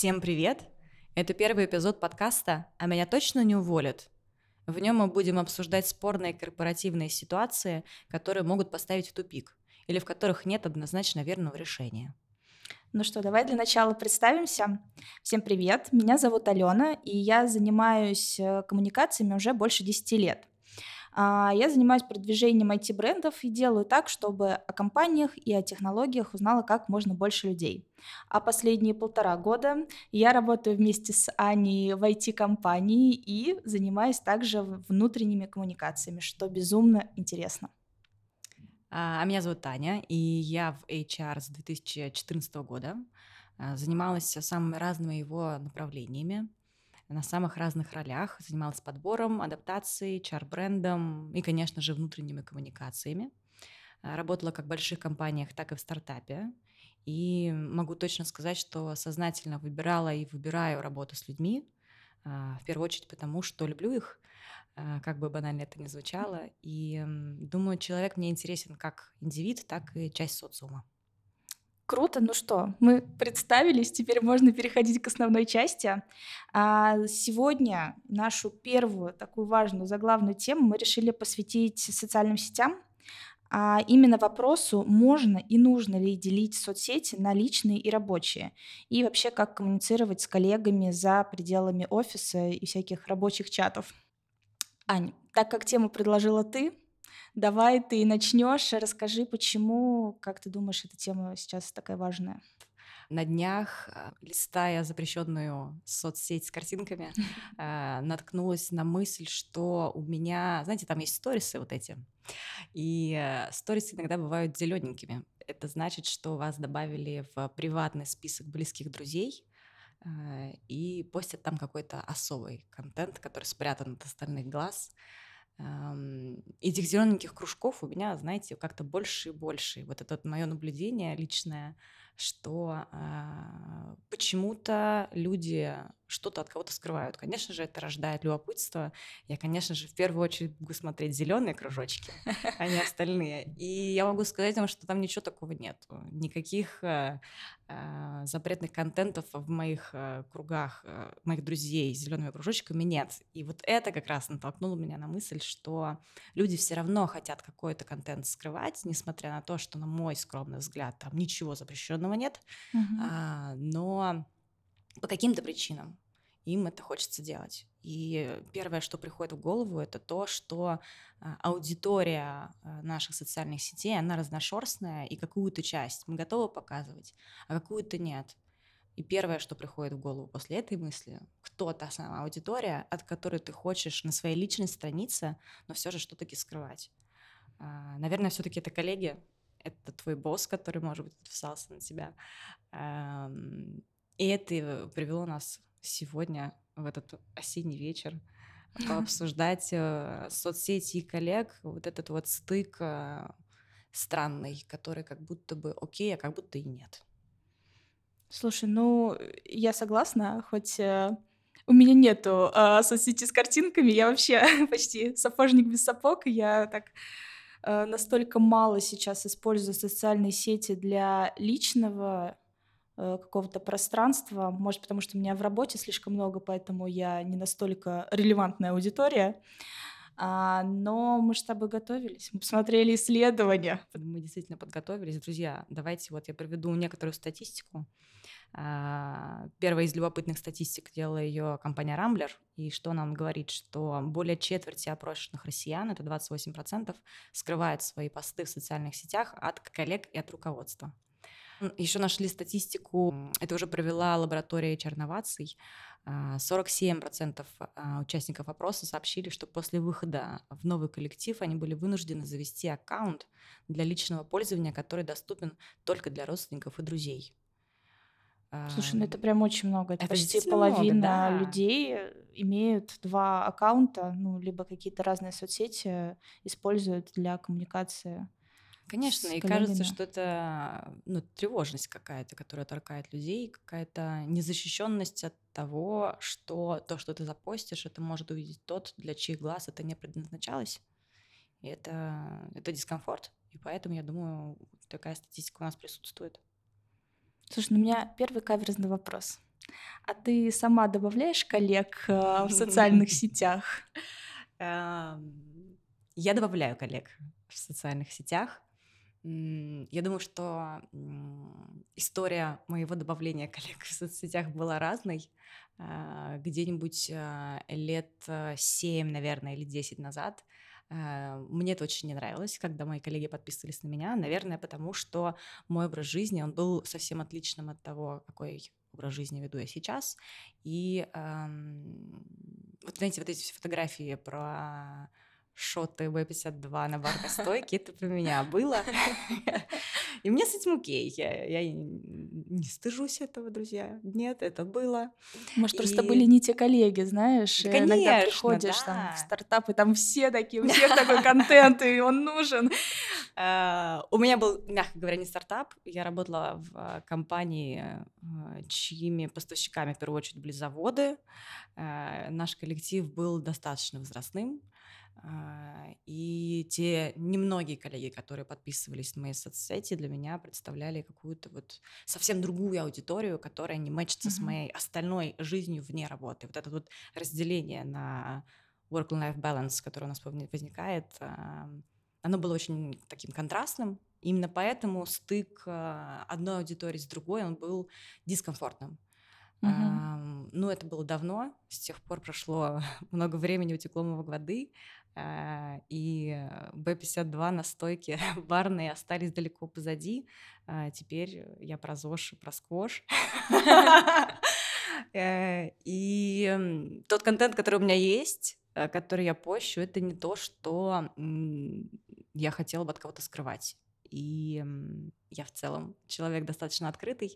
Всем привет! Это первый эпизод подкаста «А меня точно не уволят?». В нем мы будем обсуждать спорные корпоративные ситуации, которые могут поставить в тупик или в которых нет однозначно верного решения. Ну что, давай для начала представимся. Всем привет, меня зовут Алена, и я занимаюсь коммуникациями уже больше 10 лет. Я занимаюсь продвижением IT-брендов и делаю так, чтобы о компаниях и о технологиях узнало как можно больше людей. А последние 1,5 года я работаю вместе с Аней в IT-компании и занимаюсь также внутренними коммуникациями, что безумно интересно. А меня зовут Таня, и я в HR с 2014 года. Занималась самыми разными его направлениями, на самых разных ролях. Занималась подбором, адаптацией, HR-брендом и, конечно же, внутренними коммуникациями. Работала как в больших компаниях, так и в стартапе. И могу точно сказать, что сознательно выбирала и выбираю работу с людьми, в первую очередь потому, что люблю их, как бы банально это ни звучало. И думаю, человек мне интересен как индивид, так и часть социума. Круто, ну что, мы представились, теперь можно переходить к основной части. Сегодня нашу первую такую важную заглавную тему мы решили посвятить социальным сетям, именно вопросу, можно и нужно ли делить соцсети на личные и рабочие, и вообще как коммуницировать с коллегами за пределами офиса и всяких рабочих чатов. Ань, так как тему предложила ты, давай ты начнешь, расскажи, почему, как ты думаешь, эта тема сейчас такая важная? На днях, листая запрещенную соцсеть с картинками, наткнулась на мысль, что у меня, знаете, там есть сторисы вот эти, и сторисы иногда бывают зелененькими. Это значит, что вас добавили в приватный список близких друзей и постят там какой-то особый контент, который спрятан от остальных глаз. Этих зелененьких кружков у меня, знаете, как-то больше и больше. И вот это мое наблюдение личное, что почему-то люди что-то от кого-то скрывают. Конечно же, это рождает любопытство. Я, конечно же, в первую очередь буду смотреть зеленые кружочки, а не остальные. И я могу сказать вам, что там ничего такого нет. Никаких запретных контентов в моих кругах, моих друзей с зелеными кружочками нет. И вот это как раз натолкнуло меня на мысль, что люди все равно хотят какой-то контент скрывать, несмотря на то, что, на мой скромный взгляд, там ничего запрещенного нет, Мгм. но по каким-то причинам им это хочется делать. И первое, что приходит в голову, это то, что аудитория наших социальных сетей, она разношерстная, и какую-то часть мы готовы показывать, а какую-то нет. И первое, что приходит в голову после этой мысли, кто та самая аудитория, от которой ты хочешь на своей личной странице, но все же что-таки скрывать. Наверное, все-таки это коллеги, это твой босс, который, может быть, подписался на тебя. И это привело нас сегодня в этот осенний вечер пообсуждать соцсети и коллег, вот этот вот стык странный, который как будто бы окей, а как будто и нет. Слушай, ну, я согласна, хоть, у меня нету, соцсети с картинками. Я вообще почти сапожник без сапог. Я так, настолько мало сейчас использую социальные сети для личного, какого-то пространства. Может, потому что у меня в работе слишком много, поэтому я не настолько релевантная аудитория. Но мы ж с тобой готовились, мы посмотрели исследования. Мы действительно подготовились. Друзья, давайте вот я приведу некоторую статистику. Первая из любопытных статистик делала ее компания Рамблер, и что нам говорит, что более четверти опрошенных россиян, это 28%, скрывают свои посты в социальных сетях от коллег и от руководства. Еще нашли статистику, это уже провела лаборатория HR-инноваций. 47% участников опроса сообщили, что после выхода в новый коллектив они были вынуждены завести аккаунт для личного пользования, который доступен только для родственников и друзей. Слушай, ну это прям очень много. Это Это почти действительно много, половина да. людей имеют 2 аккаунта, ну, либо какие-то разные соцсети используют для коммуникации Конечно, с и кажется, коллегами. что это, ну, тревожность какая-то, которая торкает людей, какая-то незащищенность от того, что то, что ты запостишь, это может увидеть тот, для чьих глаз это не предназначалось. И это дискомфорт. И поэтому, я думаю, такая статистика у нас присутствует. Слушай, ну у меня первый каверзный вопрос. А ты сама добавляешь коллег в социальных сетях? Я добавляю коллег в социальных сетях. Я думаю, что история моего добавления коллег в соцсетях была разной. Где-нибудь лет 7, наверное, или 10 назад мне это очень не нравилось, когда мои коллеги подписывались на меня. Наверное, потому что мой образ жизни, он был совсем отличным от того, какой образ жизни веду я сейчас. И вот, знаете, вот эти все фотографии про шоты B52 на барной стойке, это про меня было. И мне с этим окей. Я не стыжусь этого, друзья. Нет, это было. Может, просто были И, не те коллеги, знаешь, да, иногда конечно, приходишь там в да. стартапы, там все такие, у всех такой контент, и он нужен. У меня был, мягко говоря, не стартап. Я работала в компании, чьими поставщиками в первую очередь были заводы. Наш коллектив был достаточно возрастным. И те немногие коллеги, которые подписывались на мои соцсети, для меня представляли какую-то вот совсем другую аудиторию, которая не мэчится с Мгм. моей остальной жизнью вне работы. Вот это вот разделение на work-life balance, которое у нас возникает, оно было очень таким контрастным. Именно поэтому стык одной аудитории с другой, он был дискомфортным. Мгм. Ну, это было давно, с тех пор прошло много времени, утекло много воды, и Б-52 на стойке барные остались далеко позади. Теперь я про ЗОЖ и про сквош. И тот контент, который у меня есть, который я пощу, это не то, что я хотела бы от кого-то скрывать. И я в целом человек достаточно открытый.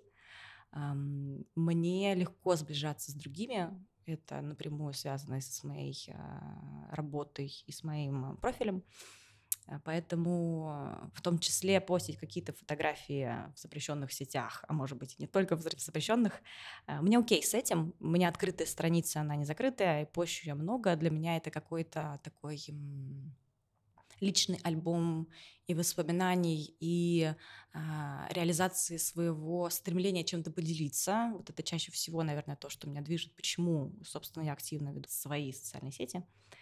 Мне легко сближаться с другими. Это напрямую связано и с моей работой, и с моим профилем. Поэтому в том числе постить какие-то фотографии в запрещенных сетях, а может быть и не только в запрещенных, мне окей с этим. У меня открытая страница, она не закрытая, и пощу я много. Для меня это какой-то такой личный альбом и воспоминаний, и реализации своего стремления чем-то поделиться. Вот это чаще всего, наверное, то, что меня движет, почему, собственно, я активно веду свои социальные сети.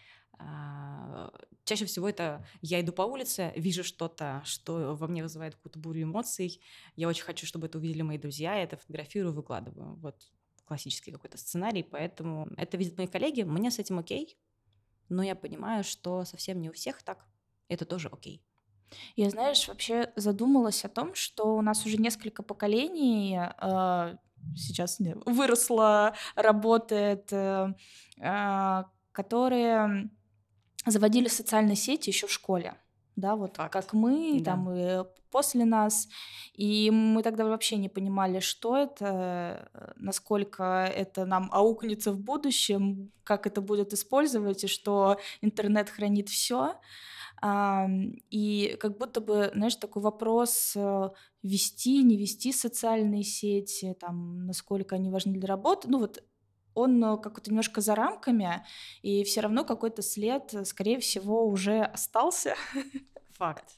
Чаще всего это я иду по улице, вижу что-то, что во мне вызывает какую-то бурю эмоций. Я очень хочу, чтобы это увидели мои друзья, я это фотографирую, выкладываю. Вот классический какой-то сценарий, поэтому это видят мои коллеги, мне с этим окей, но я понимаю, что совсем не у всех так. Это тоже окей. Я, знаешь, вообще задумалась о том, что у нас уже несколько поколений сейчас выросло, работает, которые заводили социальные сети еще в школе. Да, вот как Факт. мы, Да. там и после нас. И мы тогда вообще не понимали, что это, насколько это нам аукнется в будущем, как это будет использовать, и что интернет хранит все. И как будто бы, знаешь, такой вопрос, вести, не вести социальные сети, там, насколько они важны для работы. Ну вот он какой-то немножко за рамками, и все равно какой-то след, скорее всего, уже остался. Факт.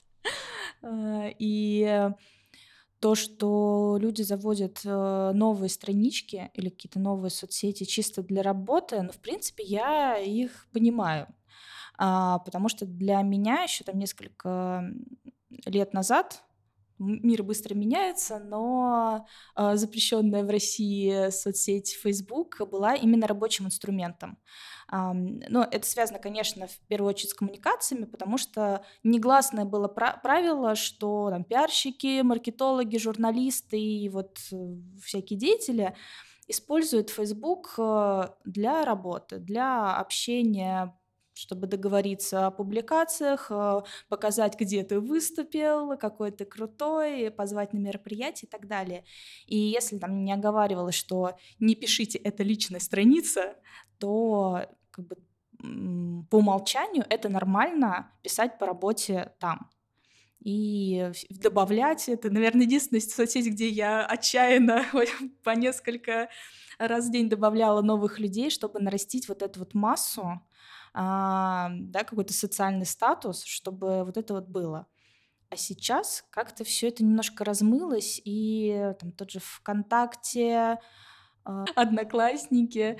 И то, что люди заводят новые странички или какие-то новые соцсети чисто для работы, ну, в принципе, я их понимаю. Потому что для меня еще там несколько лет назад мир быстро меняется, но запрещенная в России соцсеть Facebook была именно рабочим инструментом. Но это связано, конечно, в первую очередь с коммуникациями, потому что негласное было правило, что там пиарщики, маркетологи, журналисты и вот всякие деятели используют Facebook для работы, для общения, чтобы договориться о публикациях, показать, где ты выступил, какой ты крутой, позвать на мероприятие и так далее. И если там не оговаривалось, что не пишите, это личная страница, то как бы по умолчанию это нормально писать по работе там. И добавлять это, наверное, единственная соцсеть, где я отчаянно по несколько раз в день добавляла новых людей, чтобы нарастить вот эту вот массу, да, какой-то социальный статус, чтобы вот это вот было. А сейчас как-то все это немножко размылось, и там тот же ВКонтакте, Одноклассники,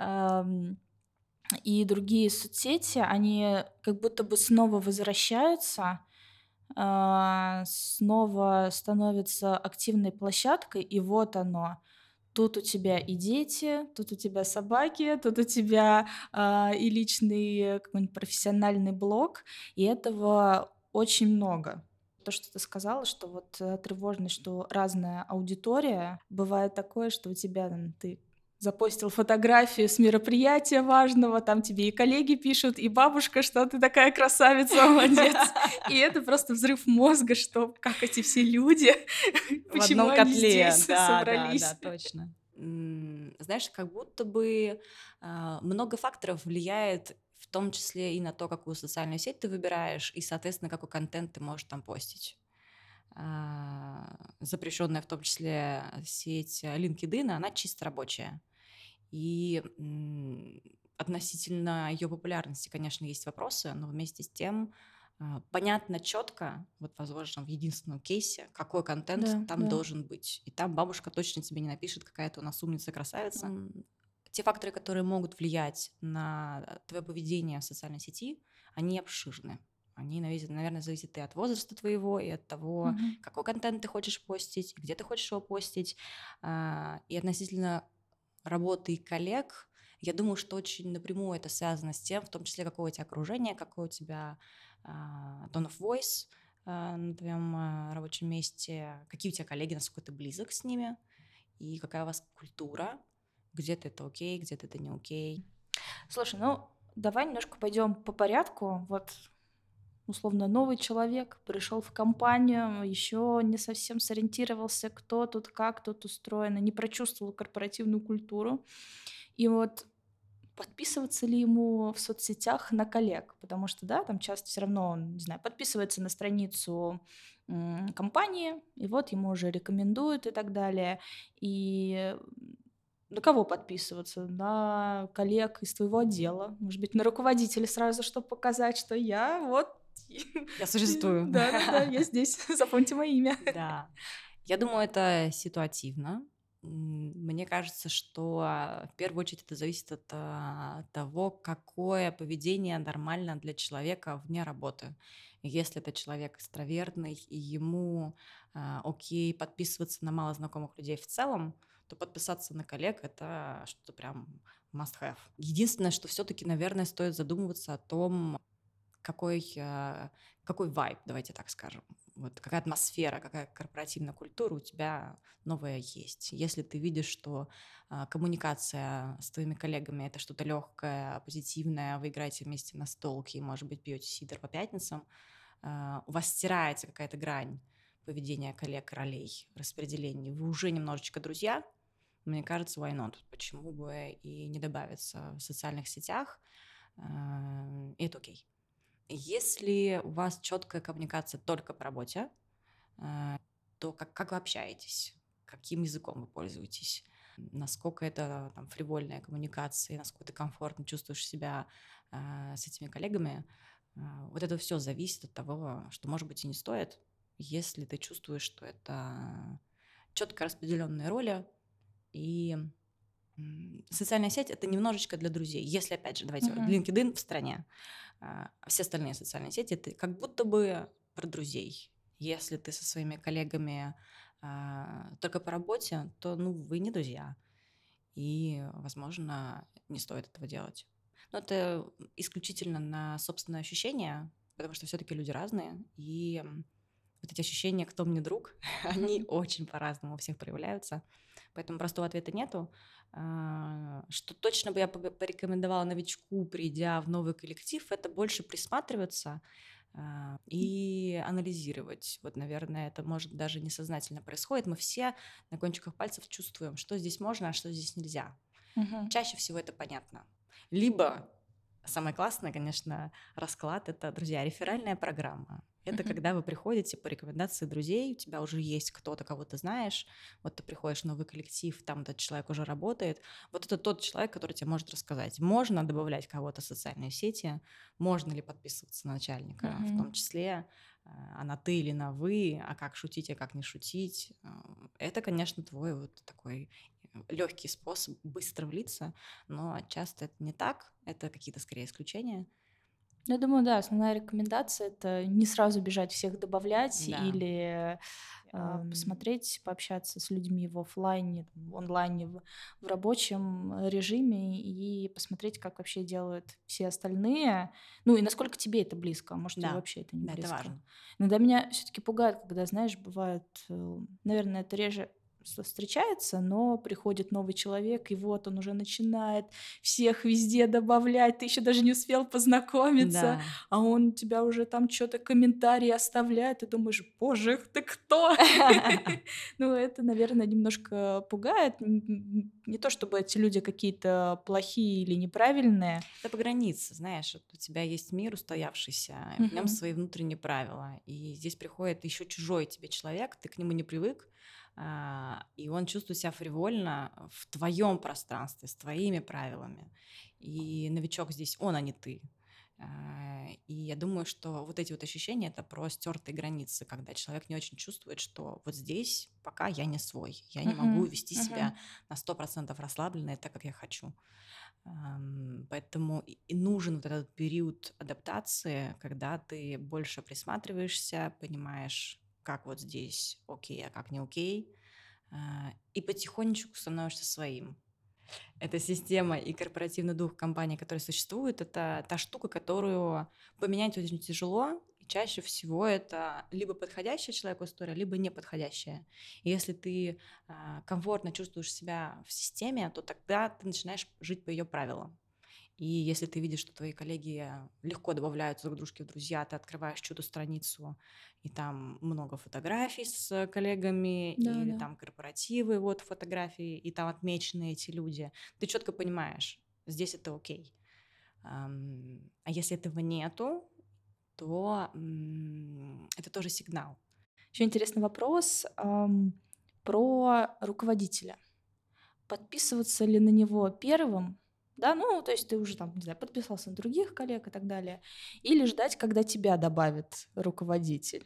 и другие соцсети, они как будто бы снова возвращаются, снова становятся активной площадкой, и вот оно. Тут у тебя и дети, тут у тебя собаки, тут у тебя, и личный какой-нибудь профессиональный блог, и этого очень много. То, что ты сказала, что вот, тревожно, что разная аудитория. Бывает такое, что у тебя там ты запостил фотографию с мероприятия важного, там тебе и коллеги пишут, и бабушка, что ты такая красавица, молодец. И это просто взрыв мозга, что как эти все люди, В почему одном они котле, здесь да, да, да, собрались. точно. Знаешь, как будто бы много факторов влияет, в том числе и на то, какую социальную сеть ты выбираешь, и, соответственно, какой контент ты можешь там постить. Запрещенная в том числе сеть LinkedIn, она чисто рабочая. И относительно ее популярности, конечно, есть вопросы, но вместе с тем понятно четко, вот, возможно, в единственном кейсе, какой контент Да, там да. должен быть. И там бабушка точно тебе не напишет, какая ты у нас умница, красавица. Те факторы, которые могут влиять на твое поведение в социальной сети, они обширны. Они, наверное, зависят и от возраста твоего, и от того, Мгм. какой контент ты хочешь постить, где ты хочешь его постить. И относительно работы и коллег, я думаю, что очень напрямую это связано с тем, в том числе, какое у тебя окружение, какой у тебя tone of voice на твоем рабочем месте, какие у тебя коллеги, насколько ты близок с ними, и какая у вас культура, где-то это окей, где-то это не окей. Слушай, ну давай немножко пойдем по порядку. Вот условно новый человек пришел в компанию, еще не совсем сориентировался, кто тут, как тут устроено, не прочувствовал корпоративную культуру. И вот подписываться ли ему в соцсетях на коллег? Потому что, да, там часто все равно он, не знаю, подписывается на страницу компании, и вот ему уже рекомендуют и так далее. И на кого подписываться? На коллег из твоего отдела, может быть, на руководителя сразу, чтобы показать, что я вот Я существую. да-да-да, я здесь, запомните мое имя. Да. Я думаю, это ситуативно. Мне кажется, что в первую очередь это зависит от того, какое поведение нормально для человека вне работы. Если это человек экстравертный, и ему окей подписываться на малознакомых людей в целом, то подписаться на коллег — это что-то прям must have. Единственное, что все-таки, наверное, стоит задумываться о том, какой, какой вайб, давайте так скажем. Вот какая атмосфера, какая корпоративная культура у тебя новая есть. Если ты видишь, что коммуникация с твоими коллегами — это что-то легкое, позитивное, вы играете вместе на столке и, может быть, пьете сидр по пятницам, у вас стирается какая-то грань поведения коллег, ролей, распределений, вы уже немножечко друзья, мне кажется, why not? Почему бы и не добавиться в социальных сетях, и это окей. Если у вас четкая коммуникация только по работе, то как вы общаетесь? Каким языком вы пользуетесь? Насколько это там фривольная коммуникация, насколько ты комфортно чувствуешь себя с этими коллегами? Вот это все зависит от того, что, может быть, и не стоит, если ты чувствуешь, что это четко распределенные роли, и социальная сеть — это немножечко для друзей. Если, опять же, давайте, Мгм. LinkedIn в стране, все остальные социальные сети — это как будто бы про друзей. Если ты со своими коллегами только по работе, то, ну, вы не друзья. И, возможно, не стоит этого делать. Но это исключительно на собственное ощущение, потому что все-таки люди разные, и вот эти ощущения, кто мне друг, они очень по-разному у всех проявляются. Поэтому простого ответа нету. Что точно бы я порекомендовала новичку, придя в новый коллектив, это больше присматриваться и анализировать. Вот, наверное, это, может, даже несознательно происходит. Мы все на кончиках пальцев чувствуем, что здесь можно, а что здесь нельзя. Мгм. Чаще всего это понятно. Либо самое классное, конечно, расклад — это, друзья, реферальная программа. Это Мгм. когда вы приходите по рекомендации друзей, у тебя уже есть кто-то, кого ты знаешь, вот ты приходишь в новый коллектив, там этот человек уже работает, вот это тот человек, который тебе может рассказать, можно добавлять кого-то в социальные сети, можно ли подписываться на начальника, в том Мгм. числе, а на ты или на вы, а как шутить, а как не шутить. Это, конечно, твой вот такой легкий способ быстро влиться, но часто это не так, это какие-то скорее исключения. Ну, я думаю, да, основная рекомендация — это не сразу бежать всех добавлять Да. или посмотреть, пообщаться с людьми в оффлайне, там, в онлайне, в рабочем режиме и посмотреть, как вообще делают все остальные. Ну и насколько тебе это близко, а может, тебе Да, вообще это не да, это близко. важно. Иногда меня все-таки пугает, когда, знаешь, бывает, наверное, это реже встречается, но приходит новый человек, и вот он уже начинает всех везде добавлять, ты еще даже не успел познакомиться, Да. а он у тебя уже там что то комментарии оставляет, ты думаешь: "Боже, ты кто?" Ну, это, наверное, немножко пугает. Не то чтобы эти люди какие-то плохие или неправильные. Это по границе, знаешь, вот у тебя есть мир устоявшийся, в нем Мгм. свои внутренние правила, и здесь приходит еще чужой тебе человек, ты к нему не привык, и он чувствует себя фривольно в твоем пространстве, с твоими правилами. И новичок здесь он, а не ты. И я думаю, что вот эти вот ощущения — это про стертые границы, когда человек не очень чувствует, что вот здесь пока я не свой, я не могу Мгм. вести Мгм. себя на 100% расслабленно и так, как я хочу. Поэтому и нужен вот этот период адаптации, когда ты больше присматриваешься, понимаешь, как вот здесь окей, а как не окей, и потихонечку становишься своим. Эта система и корпоративный дух компании, который существует, это та штука, которую поменять очень тяжело. И чаще всего это либо подходящая человеку история, либо неподходящая. И если ты комфортно чувствуешь себя в системе, то тогда ты начинаешь жить по ее правилам. И если ты видишь, что твои коллеги легко добавляются друг дружке в друзья, ты открываешь чью-то страницу, и там много фотографий с коллегами, Да, или да. там корпоративы, вот фотографии, и там отмечены эти люди, ты четко понимаешь, здесь это окей. А если этого нету, то это тоже сигнал. Еще интересный вопрос, про руководителя. Подписываться ли на него первым? Да, ну, то есть ты уже там, не знаю, подписался на других коллег и так далее. Или ждать, когда тебя добавит руководитель.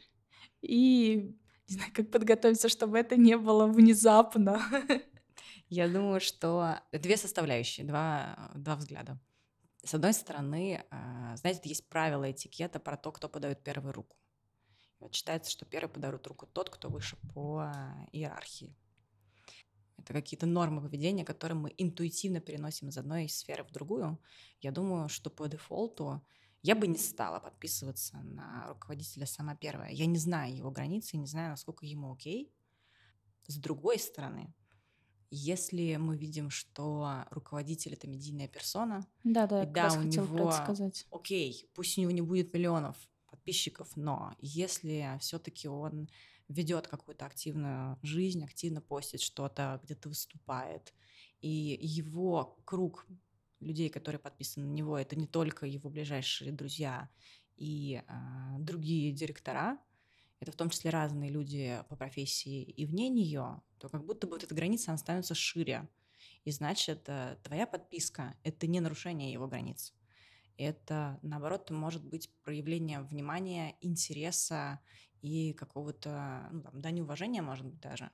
И не знаю, как подготовиться, чтобы это не было внезапно. Я думаю, что две составляющие, два взгляда. С одной стороны, знаете, есть правила этикета про то, кто подает первую руку. Вот считается, что первый подает руку тот, кто выше по иерархии. Это какие-то нормы поведения, которые мы интуитивно переносим из одной сферы в другую. Я думаю, что по дефолту я бы не стала подписываться на руководителя сама первая. Я не знаю его границы, не знаю, насколько ему окей. С другой стороны, если мы видим, что руководитель — это медийная персона, Да-да, и я как да, раз у хотела про это него, сказать. окей, пусть у него не будет миллионов подписчиков, но если все-таки он ведет какую-то активную жизнь, активно постит что-то, где-то выступает, и его круг людей, которые подписаны на него, это не только его ближайшие друзья и другие директора, это в том числе разные люди по профессии и вне нее, то как будто бы вот эта граница, она становится шире. И значит, твоя подписка — это не нарушение его границ. Это, наоборот, может быть проявление внимания, интереса и какого-то, ну, там, дань уважения, может быть, даже.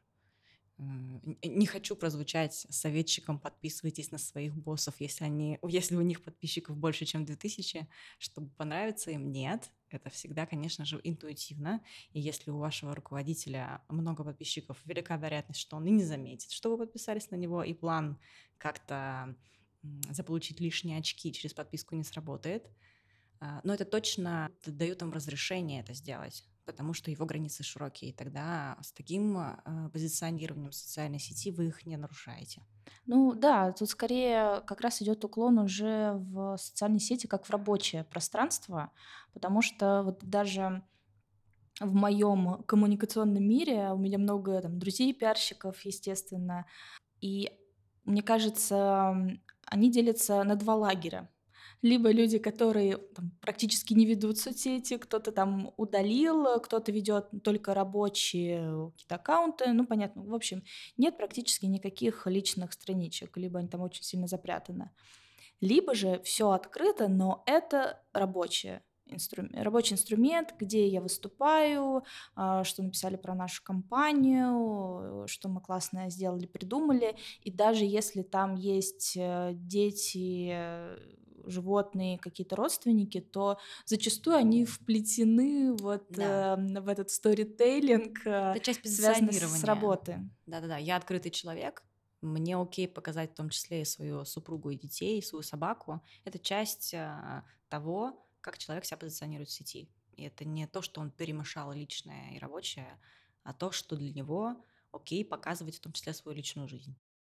Не хочу прозвучать советчиком: подписывайтесь на своих боссов, если у них подписчиков больше, чем 2000, чтобы понравиться им. Нет, это всегда, конечно же, интуитивно. И если у вашего руководителя много подписчиков, велика вероятность, что он и не заметит, что вы подписались на него, и план как-то заполучить лишние очки через подписку не сработает. Но это точно дает им разрешение это сделать, потому что его границы широкие, и тогда с таким позиционированием социальной сети вы их не нарушаете. Ну да, тут скорее как раз идет уклон уже в социальные сети, как в рабочее пространство, потому что вот даже в моем коммуникационном мире у меня много там друзей пиарщиков, естественно, и мне кажется, они делятся на 2 лагеря. Либо люди, которые там практически не ведут соцсети, кто-то там удалил, кто-то ведет только рабочие какие-то аккаунты. Ну, понятно. В общем, нет практически никаких личных страничек, либо они там очень сильно запрятаны. Либо же все открыто, но это рабочее. рабочий инструмент, где я выступаю, что написали про нашу компанию, что мы классное сделали, придумали. И даже если там есть дети, животные, какие-то родственники, то зачастую они вплетены вот Да, в этот сторителлинг, это часть связанный с позиционирования. работы. Да-да-да, я открытый человек, мне окей показать в том числе и свою супругу, и детей, и свою собаку. Это часть того, как человек себя позиционирует в сети. И это не то, что он перемешал личное и рабочее, а то, что для него окей показывать в том числе свою личную жизнь.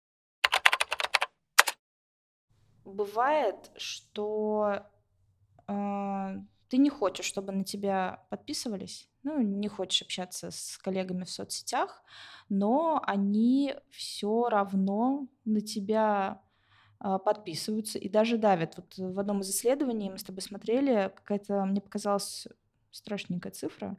Бывает, что ты не хочешь, чтобы на тебя подписывались, ну, не хочешь общаться с коллегами в соцсетях, но они все равно на тебя подписываются и даже давят. Вот в одном из исследований мы с тобой смотрели, какая-то, мне показалась страшненькая цифра,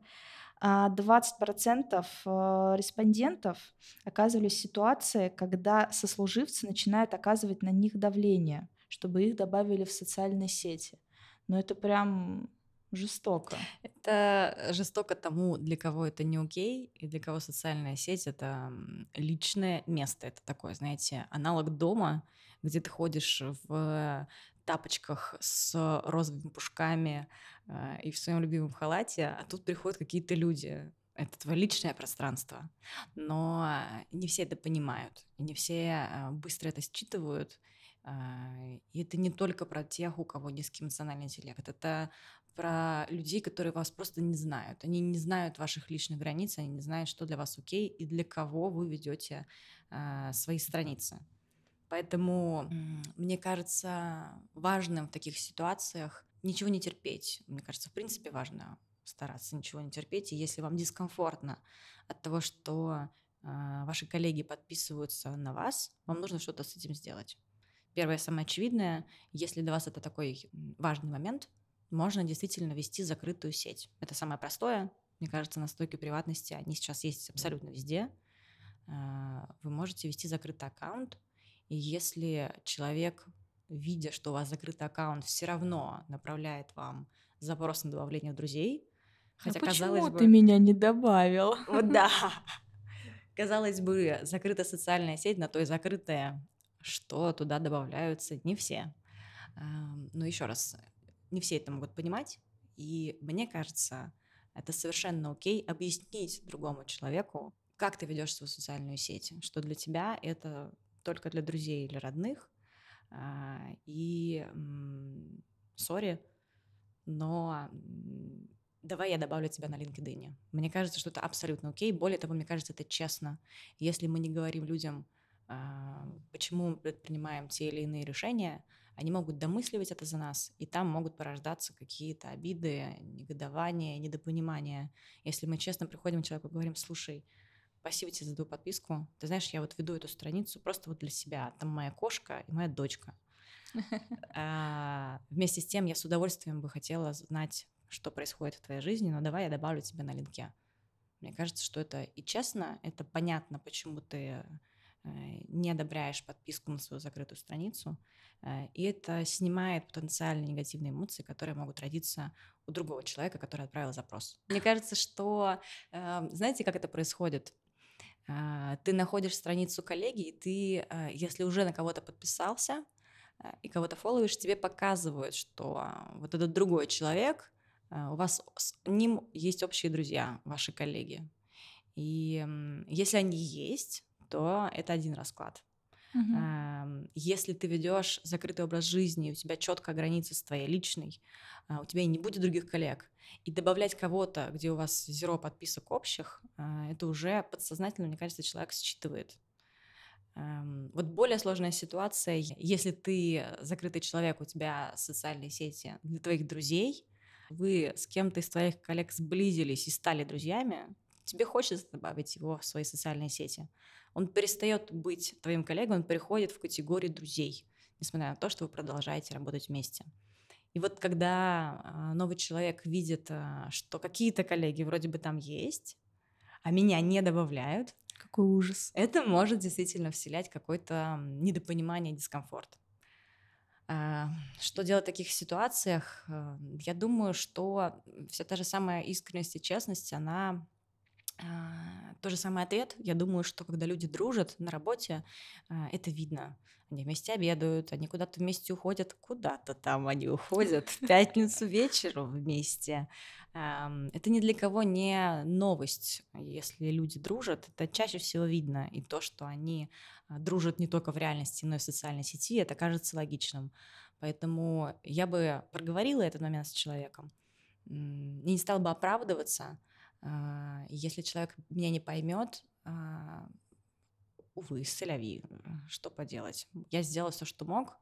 20% респондентов оказывались в ситуации, когда сослуживцы начинают оказывать на них давление, чтобы их добавили в социальные сети. Но это прям жестоко. Это жестоко тому, для кого это не окей, и для кого социальная сеть — это личное место. Это такое, знаете, аналог дома, где ты ходишь в тапочках с розовыми пушками и в своем любимом халате, а тут приходят какие-то люди. Это твое личное пространство. Но не все это понимают, и не все быстро это считывают. И это не только про тех, у кого низкий эмоциональный интеллект. Это про людей, которые вас просто не знают. Они не знают ваших личных границ, они не знают, что для вас окей и для кого вы ведете свои страницы. Поэтому мне кажется важным в таких ситуациях ничего не терпеть. Мне кажется, в принципе, важно стараться ничего не терпеть. И если вам дискомфортно от того, что ваши коллеги подписываются на вас, вам нужно что-то с этим сделать. Первое, самое очевидное, если для вас это такой важный момент, можно действительно вести закрытую сеть. Это самое простое. Мне кажется, настройки приватности, они сейчас есть абсолютно везде. Вы можете вести закрытый аккаунт, и если человек, видя, что у вас закрытый аккаунт, все равно направляет вам запрос на добавление в друзей, А хотя, казалось почему ты бы, меня не добавил? вот да, казалось бы, закрытая социальная сеть, на то и закрытая, что туда добавляются не все. Но еще раз, не все это могут понимать, и мне кажется, это совершенно окей объяснить другому человеку, как ты ведешь свою социальную сеть, что для тебя это только для друзей или родных, и сори, но давай я добавлю тебя на LinkedIn. Мне кажется, что это абсолютно окей. Более того, мне кажется, это честно. Если мы не говорим людям, почему мы предпринимаем те или иные решения, они могут домысливать это за нас, и там могут порождаться какие-то обиды, негодования, недопонимания. Если мы честно приходим к человеку и говорим: слушай, спасибо тебе за твою подписку. Ты знаешь, я вот веду эту страницу просто вот для себя. Там моя кошка и моя дочка. Вместе с тем я с удовольствием бы хотела знать, что происходит в твоей жизни, но давай я добавлю тебя на линке. Мне кажется, что это и честно, это понятно, почему ты не одобряешь подписку на свою закрытую страницу, и это снимает потенциально негативные эмоции, которые могут родиться у другого человека, который отправил запрос. Мне кажется, что, знаете, как это происходит? Ты находишь страницу коллеги, и ты, если уже на кого-то подписался и кого-то фолловишь, тебе показывают, что вот этот другой человек, у вас с ним есть общие друзья, ваши коллеги. И если они есть, то это один расклад. Мгм. Если ты ведешь закрытый образ жизни, у тебя четкая граница с твоей личной, у тебя и не будет других коллег, и добавлять кого-то, где у вас зеро подписок общих, это уже подсознательно, мне кажется, человек считывает. Вот более сложная ситуация, если ты закрытый человек, у тебя социальные сети для твоих друзей, вы с кем-то из твоих коллег сблизились и стали друзьями, тебе хочется добавить его в свои социальные сети. Он перестает быть твоим коллегой, он переходит в категорию друзей, несмотря на то, что вы продолжаете работать вместе. И вот когда новый человек видит, что какие-то коллеги вроде бы там есть, а меня не добавляют, Какой ужас. это может действительно вселять какое-то недопонимание, дискомфорт. А, Что делать в таких ситуациях? Я думаю, что вся та же самая искренность и честность, она тот же самый ответ. Я думаю, что когда люди дружат на работе, это видно. Они вместе обедают, они куда-то вместе уходят, куда-то там они уходят в пятницу вечером вместе. Это ни для кого не новость. Если люди дружат, это чаще всего видно. И то, что они дружат не только в реальности, но и в социальной сети, это кажется логичным. Поэтому я бы проговорила этот момент с человеком и не стала бы оправдываться. Если человек меня не поймет, увы, сэляви, что поделать. Я сделала все, что мог,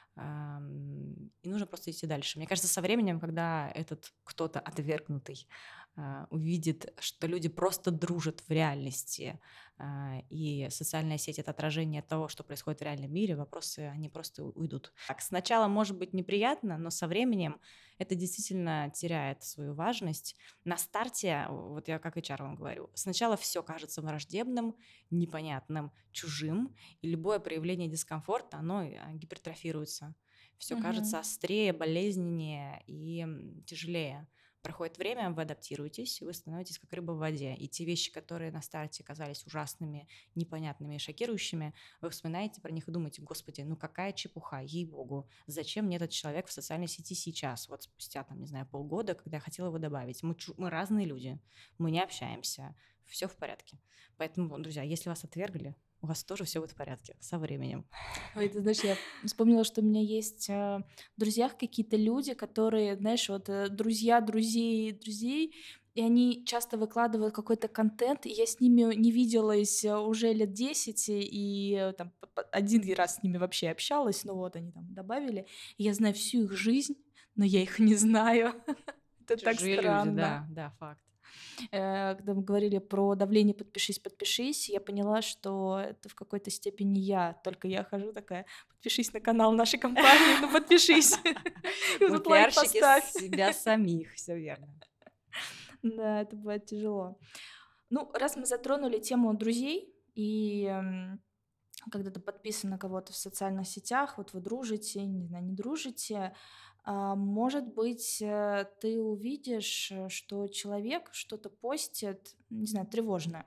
и нужно просто идти дальше. Мне кажется, со временем, когда этот кто-то отвергнутый увидит, что люди просто дружат в реальности, и социальная сеть — это отражение того, что происходит в реальном мире, вопросы, они просто уйдут. Так, сначала может быть неприятно, но со временем это действительно теряет свою важность. На старте, вот я как HR вам говорю, сначала все кажется враждебным, непонятным, чужим, и любое проявление дискомфорта, оно гипертрофируется. Все Мгм. кажется острее, болезненнее и тяжелее. Проходит время, вы адаптируетесь, и вы становитесь как рыба в воде. И те вещи, которые на старте казались ужасными, непонятными и шокирующими, вы вспоминаете про них и думаете: господи, ну какая чепуха, ей-богу, зачем мне этот человек в социальной сети сейчас, вот спустя, там, не знаю, полгода, когда я хотела его добавить. Мы разные люди, мы не общаемся, все в порядке. Поэтому, друзья, если вас отвергли, у вас тоже все будет в порядке со временем. Ой, ты знаешь, я вспомнила, что у меня есть в друзьях какие-то люди, которые, знаешь, вот друзья друзей друзей, и они часто выкладывают какой-то контент, и я с ними не виделась уже лет 10, и там один раз с ними вообще общалась, ну вот они там добавили, и я знаю всю их жизнь, но я их не знаю. Это так Чужие люди, странно. да, да, факт. Когда мы говорили про давление "подпишись, подпишись", я поняла, что это в какой-то степени я. Только я хожу такая: "Подпишись на канал нашей компании, ну подпишись, и вот Мы тут лайк пиарщики поставь". себя самих, все верно. Да, это бывает тяжело. Ну, раз мы затронули тему друзей, и, когда ты подписан на кого-то в социальных сетях, вот вы дружите, не знаю, не дружите, может быть, ты увидишь, что человек что-то постит, не знаю, тревожное.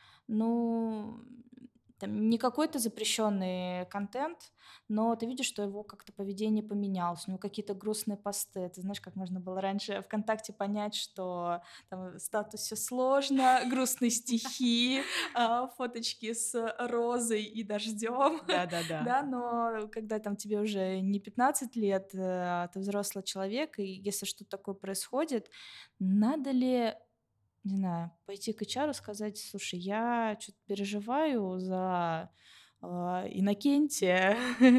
Ну, там не какой-то запрещенный контент, но ты видишь, что его как-то поведение поменялось, у него какие-то грустные посты. Ты знаешь, как можно было раньше ВКонтакте понять, что там в статусе сложно, грустные стихи, фоточки с розой и дождем, Да-да-да. да, но когда там тебе уже не 15 лет, а ты взрослый человек, и если что-то такое происходит, надо ли не знаю, пойти к HR, сказать: "Слушай, я что то переживаю за, Иннокентия.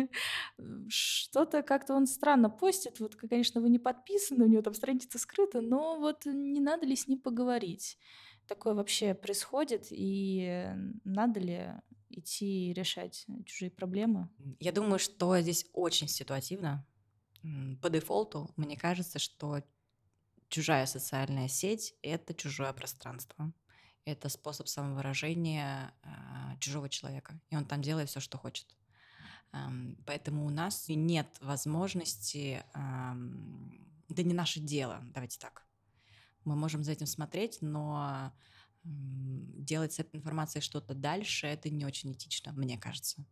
Что-то как-то он странно постит. Вот, конечно, вы не подписаны, у него там страница скрыта, но вот не надо ли с ним поговорить?" Такое вообще происходит, и надо ли идти решать чужие проблемы? Я думаю, что здесь очень ситуативно. По дефолту мне кажется, что чужая социальная сеть — это чужое пространство. Это способ самовыражения чужого человека, и он там делает все, что хочет. Поэтому у нас нет возможности, это не наше дело, давайте так. Мы можем за этим смотреть, но делать с этой информацией что-то дальше — это не очень этично, мне кажется.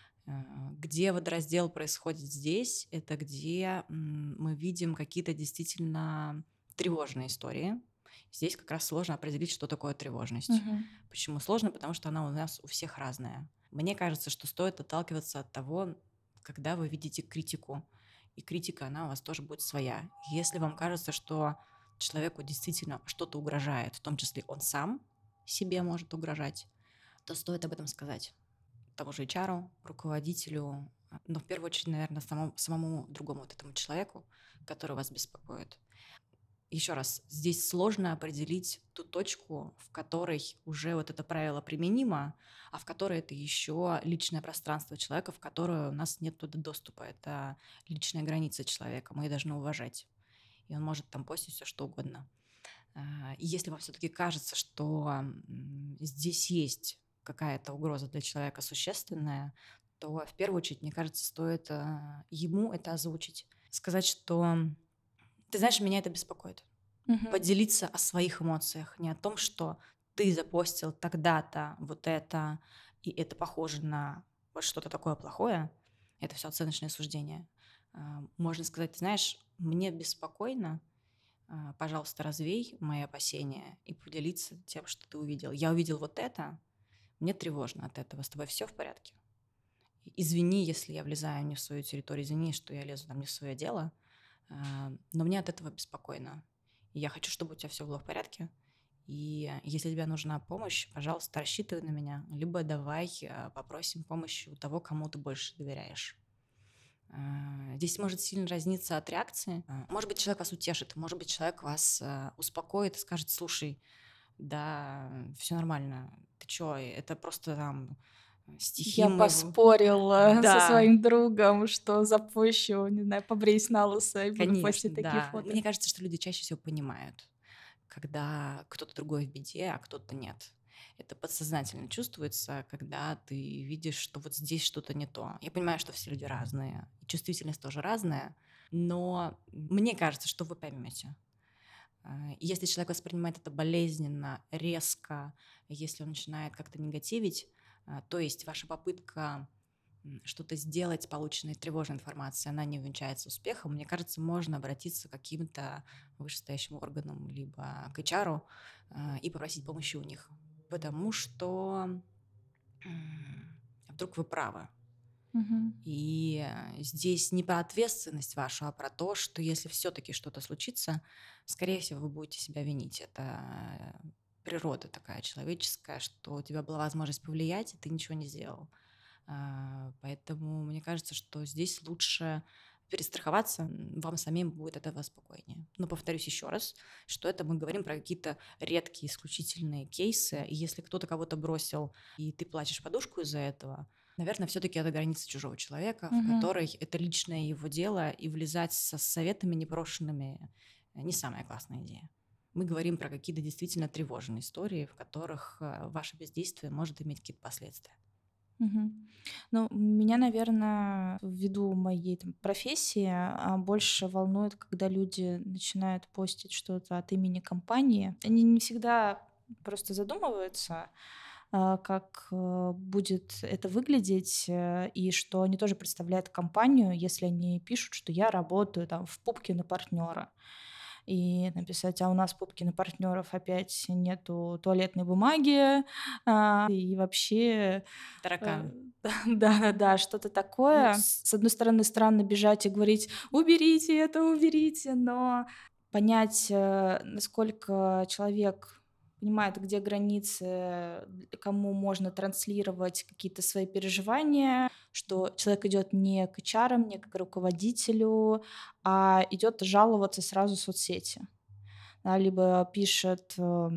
Где водораздел происходит здесь, это где мы видим какие-то действительно тревожные истории. Здесь как раз сложно определить, что такое тревожность. Мгм. Почему сложно? Потому что она у нас у всех разная. Мне кажется, что стоит отталкиваться от того, когда вы видите критику, и критика, она у вас тоже будет своя. Если вам кажется, что человеку действительно что-то угрожает, в том числе он сам себе может угрожать, то стоит об этом сказать тому же HR, руководителю, но в первую очередь, наверное, самому другому вот этому человеку, который вас беспокоит. Еще раз, здесь сложно определить ту точку, в которой уже вот это правило применимо, а в которой это еще личное пространство человека, в которое у нас нет туда доступа. Это личная граница человека, мы ее должны уважать. И он может там постить все, что угодно. И если вам все-таки кажется, что здесь есть какая-то угроза для человека существенная, то в первую очередь, мне кажется, стоит ему это озвучить. Сказать, что ты знаешь, меня это беспокоит. Мгм. Поделиться о своих эмоциях, не о том, что ты запостил тогда-то вот это, и это похоже на вот что-то такое плохое. Это все оценочное суждение. Можно сказать, ты знаешь, мне беспокойно, пожалуйста, развей мои опасения и поделиться тем, что ты увидел. Я увидел вот это, мне тревожно от этого. С тобой все в порядке? Извини, если я влезаю не в свою территорию, извини, что я лезу там не в свое дело, но мне от этого беспокойно. И я хочу, чтобы у тебя все было в порядке. И если тебе нужна помощь, пожалуйста, рассчитывай на меня, либо давай попросим помощи у того, кому ты больше доверяешь. Здесь может сильно разниться от реакции. Может быть, человек вас утешит, может быть, человек вас успокоит и скажет: слушай, да, все нормально, ты чё, это просто там стихи Я моего... поспорила со Да, своим другом, что запущу, не знаю, побреюсь на лысо и буду конечно, постить такие да. фото. Мне кажется, что люди чаще всего понимают, когда кто-то другой в беде, а кто-то нет. Это подсознательно чувствуется, когда ты видишь, что вот здесь что-то не то. Я понимаю, что все люди разные, и чувствительность тоже разная, но мне кажется, что вы поймете. И если человек воспринимает это болезненно, резко, если он начинает как-то негативить, то есть ваша попытка что-то сделать с полученной тревожной информацией, она не увенчается успехом, мне кажется, можно обратиться к каким-то вышестоящим органам, либо к HR, и попросить помощи у них. Потому что вдруг вы правы. Мгм. И здесь не про ответственность вашу, а про то, что если все-таки что-то случится, скорее всего, вы будете себя винить. Это природа такая человеческая, что у тебя была возможность повлиять, и ты ничего не сделал. Поэтому мне кажется, что здесь лучше перестраховаться, вам самим будет от этого спокойнее. Но повторюсь еще раз, что это мы говорим про какие-то редкие, исключительные кейсы. И если кто-то кого-то бросил, и ты платишь подушку из-за этого, наверное, все-таки это граница чужого человека, в Мгм. которой это личное его дело, и влезать со советами непрошенными не самая классная идея. Мы говорим про какие-то действительно тревожные истории, в которых ваше бездействие может иметь какие-то последствия. Мгм. Ну, меня, наверное, ввиду моей там профессии, больше волнует, когда люди начинают постить что-то от имени компании. Они не всегда просто задумываются, как будет это выглядеть, и что они тоже представляют компанию, если они пишут, что я работаю там в пупке на партнера. И написать: «А у нас Пупкина партнеров опять нету туалетной бумаги, и вообще, Тараканы. да-да-да, что-то Ну, такое». С одной стороны, странно бежать и говорить: «Уберите это, уберите», но понять, насколько человек понимает, где границы, кому можно транслировать какие-то свои переживания, что человек идет не к HR, не к руководителю, а идет жаловаться сразу в соцсети. Да, либо пишет,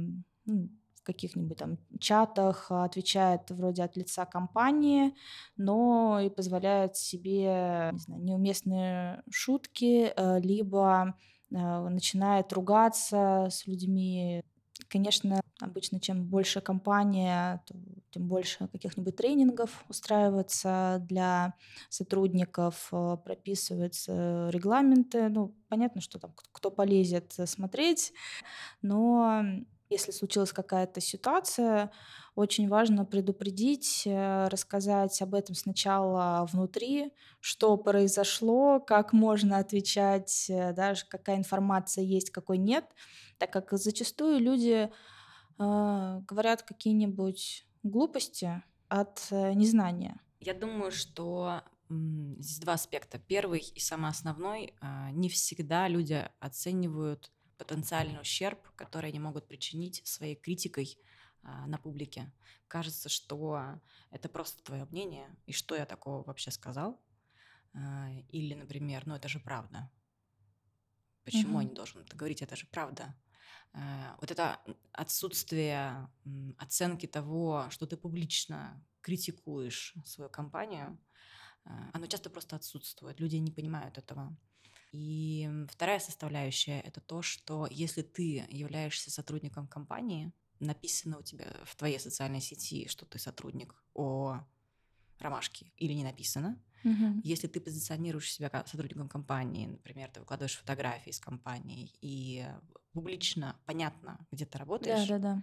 в каких-нибудь там чатах, отвечает вроде от лица компании, но и позволяет себе, не знаю, неуместные шутки, либо начинает ругаться с людьми. Конечно, обычно чем больше компания, то тем больше каких-нибудь тренингов устраивается для сотрудников, прописываются регламенты. Ну, понятно, что там кто полезет смотреть, но если случилась какая-то ситуация, очень важно предупредить, рассказать об этом сначала внутри, что произошло, как можно отвечать, даже какая информация есть, какой нет, так как зачастую люди говорят какие-нибудь глупости от незнания. я думаю, что здесь два аспекта. Первый и самый основной, не всегда люди оценивают потенциальный ущерб, который они могут причинить своей критикой на публике. Кажется, что это просто твое мнение, и что я такого вообще сказал. Или, например, ну это же правда. Почему я Мгм. не должен это говорить? Это же правда. Вот это отсутствие оценки того, что ты публично критикуешь свою компанию, оно часто просто отсутствует. Люди не понимают этого. И вторая составляющая — это то, что если ты являешься сотрудником компании, написано у тебя в твоей социальной сети, что ты сотрудник ромашки или не написано. Мгм. Если ты позиционируешь себя как сотрудником компании, например, ты выкладываешь фотографии из компании и публично понятно, где ты работаешь, Да-да-да.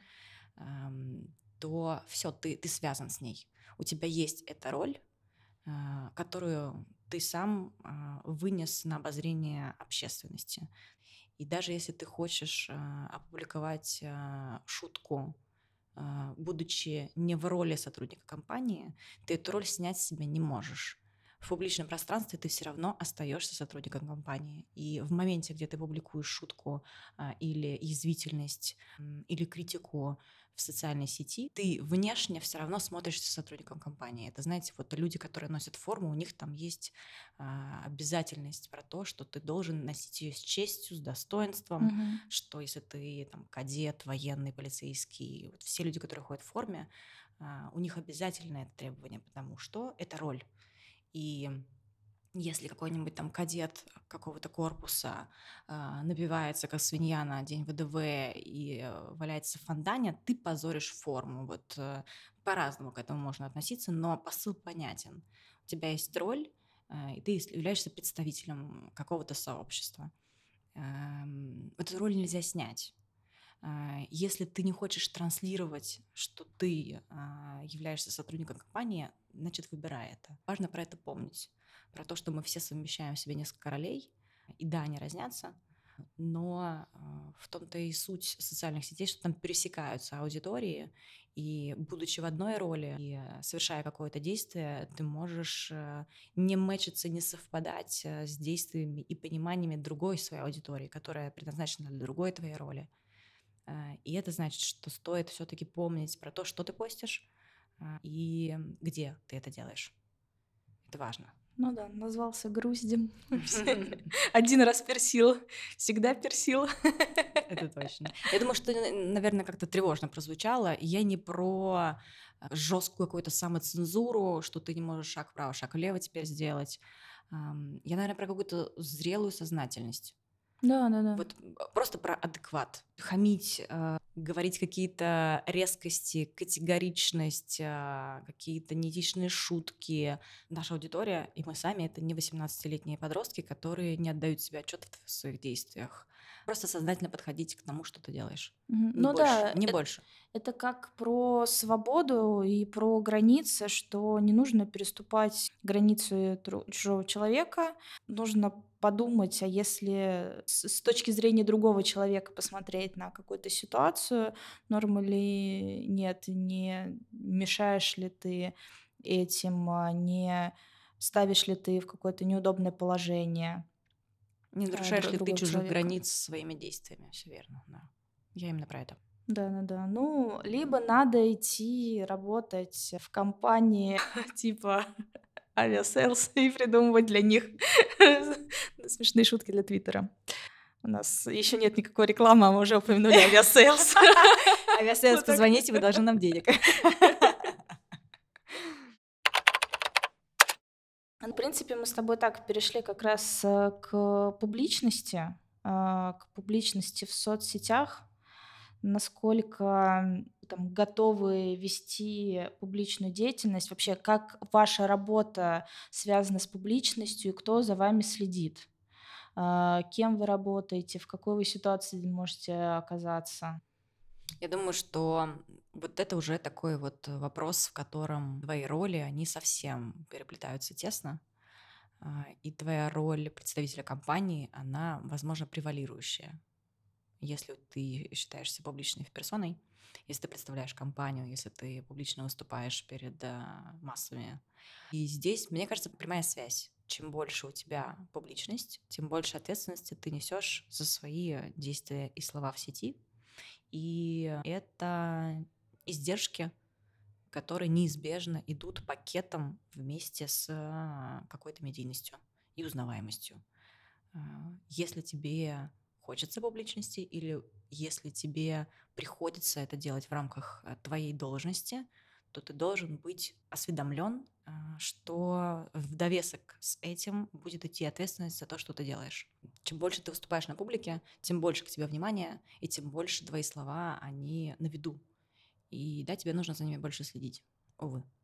то все, ты связан с ней. У тебя есть эта роль, которую ты сам вынес на обозрение общественности. И даже если ты хочешь опубликовать шутку, будучи не в роли сотрудника компании, ты эту роль снять с себя не можешь. В публичном пространстве ты все равно остаешься сотрудником компании. И в моменте, где ты публикуешь шутку или язвительность, или критику в социальной сети, ты внешне все равно смотришься сотрудником компании. Это, знаете, вот люди, которые носят форму, у них там есть обязательность про то, что ты должен носить ее с честью, с достоинством, Мгм. что если ты там кадет, военный, полицейский, вот все люди, которые ходят в форме, у них обязательно это требование, потому что это роль. И если какой-нибудь там кадет какого-то корпуса набивается, как свинья на день ВДВ и валяется в фондане, ты позоришь форму. Вот по-разному к этому можно относиться, но посыл понятен. У тебя есть роль, и ты являешься представителем какого-то сообщества. Эту роль нельзя снять. Если ты не хочешь транслировать, что ты являешься сотрудником компании, значит, выбирай это. Важно про это помнить. Про то, что мы все совмещаем в себе несколько ролей. И да, они разнятся, но в том-то и суть социальных сетей, что там пересекаются аудитории, и будучи в одной роли и совершая какое-то действие, ты можешь не мэчиться, не совпадать с действиями и пониманиями другой своей аудитории, которая предназначена для другой твоей роли. И это значит, что стоит все-таки помнить про то, что ты постишь и где ты это делаешь. Это важно. Ну да, назвался груздем. Один раз персил, всегда персил. Это точно. Я думаю, что, наверное, как-то тревожно прозвучало. Я не про жесткую какую-то самоцензуру, что ты не можешь шаг вправо, шаг влево теперь сделать. Я, наверное, про какую-то зрелую сознательность. Да-да-да. Вот просто про адекват. Хамить, говорить какие-то резкости, категоричность, какие-то неэтичные шутки. Наша аудитория, и мы сами, это не 18-летние подростки, которые не отдают себе отчет в своих действиях. Просто сознательно подходить к тому, что ты делаешь. Мгм. Не Ну больше, да, не больше. это как про свободу и про границы, что не нужно переступать границы чужого человека. Нужно подумать, а если с точки зрения другого человека посмотреть на какую-то ситуацию, норм или нет, не мешаешь ли ты этим, не ставишь ли ты в какое-то неудобное положение Не нарушаешь ли ты другого чужих человека. границ своими действиями? Все верно, да. Я именно про это. Да-да-да. Ну, либо надо идти работать в компании типа Aviasales и придумывать для них смешные шутки для Твиттера. У нас еще нет никакой рекламы, а мы уже упомянули Aviasales. Авиасейлс, Вот так. позвоните, вы должны нам денег. В принципе, мы с тобой так перешли как раз к публичности в соцсетях. Насколько там готовы вести публичную деятельность? Вообще, как ваша работа связана с публичностью и кто за вами следит? Кем вы работаете, в какой вы ситуации можете оказаться? Я думаю, что вот это уже такой вот вопрос, в котором твои роли, они совсем переплетаются тесно. И твоя роль представителя компании, она, возможно, превалирующая. Если ты считаешься публичной персоной, если ты представляешь компанию, если ты публично выступаешь перед массами. И здесь, мне кажется, прямая связь. Чем больше у тебя публичность, тем больше ответственности ты несешь за свои действия и слова в сети. И это издержки, которые неизбежно идут пакетом вместе с какой-то медийностью и узнаваемостью. Если тебе хочется публичности или если тебе приходится это делать в рамках твоей должности, то ты должен быть осведомлен, что в довесок с этим будет идти ответственность за то, что ты делаешь. Чем больше ты выступаешь на публике, тем больше к тебе внимания, и тем больше твои слова, они на виду. И да, тебе нужно за ними больше следить. Увы.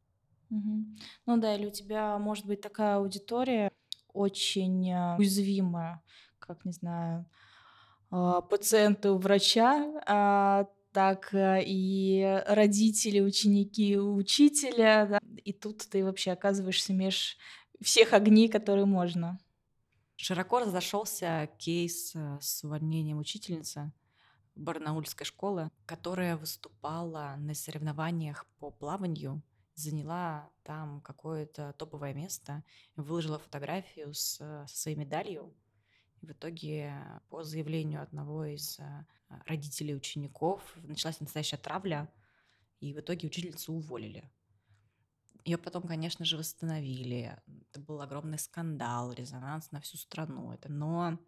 Мгм. Ну да, или у тебя может быть такая аудитория очень уязвимая, как, не знаю, пациенты у врача, так и родители, ученики у учителя, да. И тут ты вообще оказываешься меж всех огней, которые можно. Широко разошелся кейс с увольнением учительницы барнаульской школы, которая выступала на соревнованиях по плаванию, заняла там какое-то топовое место, выложила фотографию со своей медалью. И в итоге по заявлению одного из родителей учеников началась настоящая травля, и в итоге учительницу уволили. Ее потом, конечно же, восстановили. Это был огромный скандал, резонанс на всю страну. Но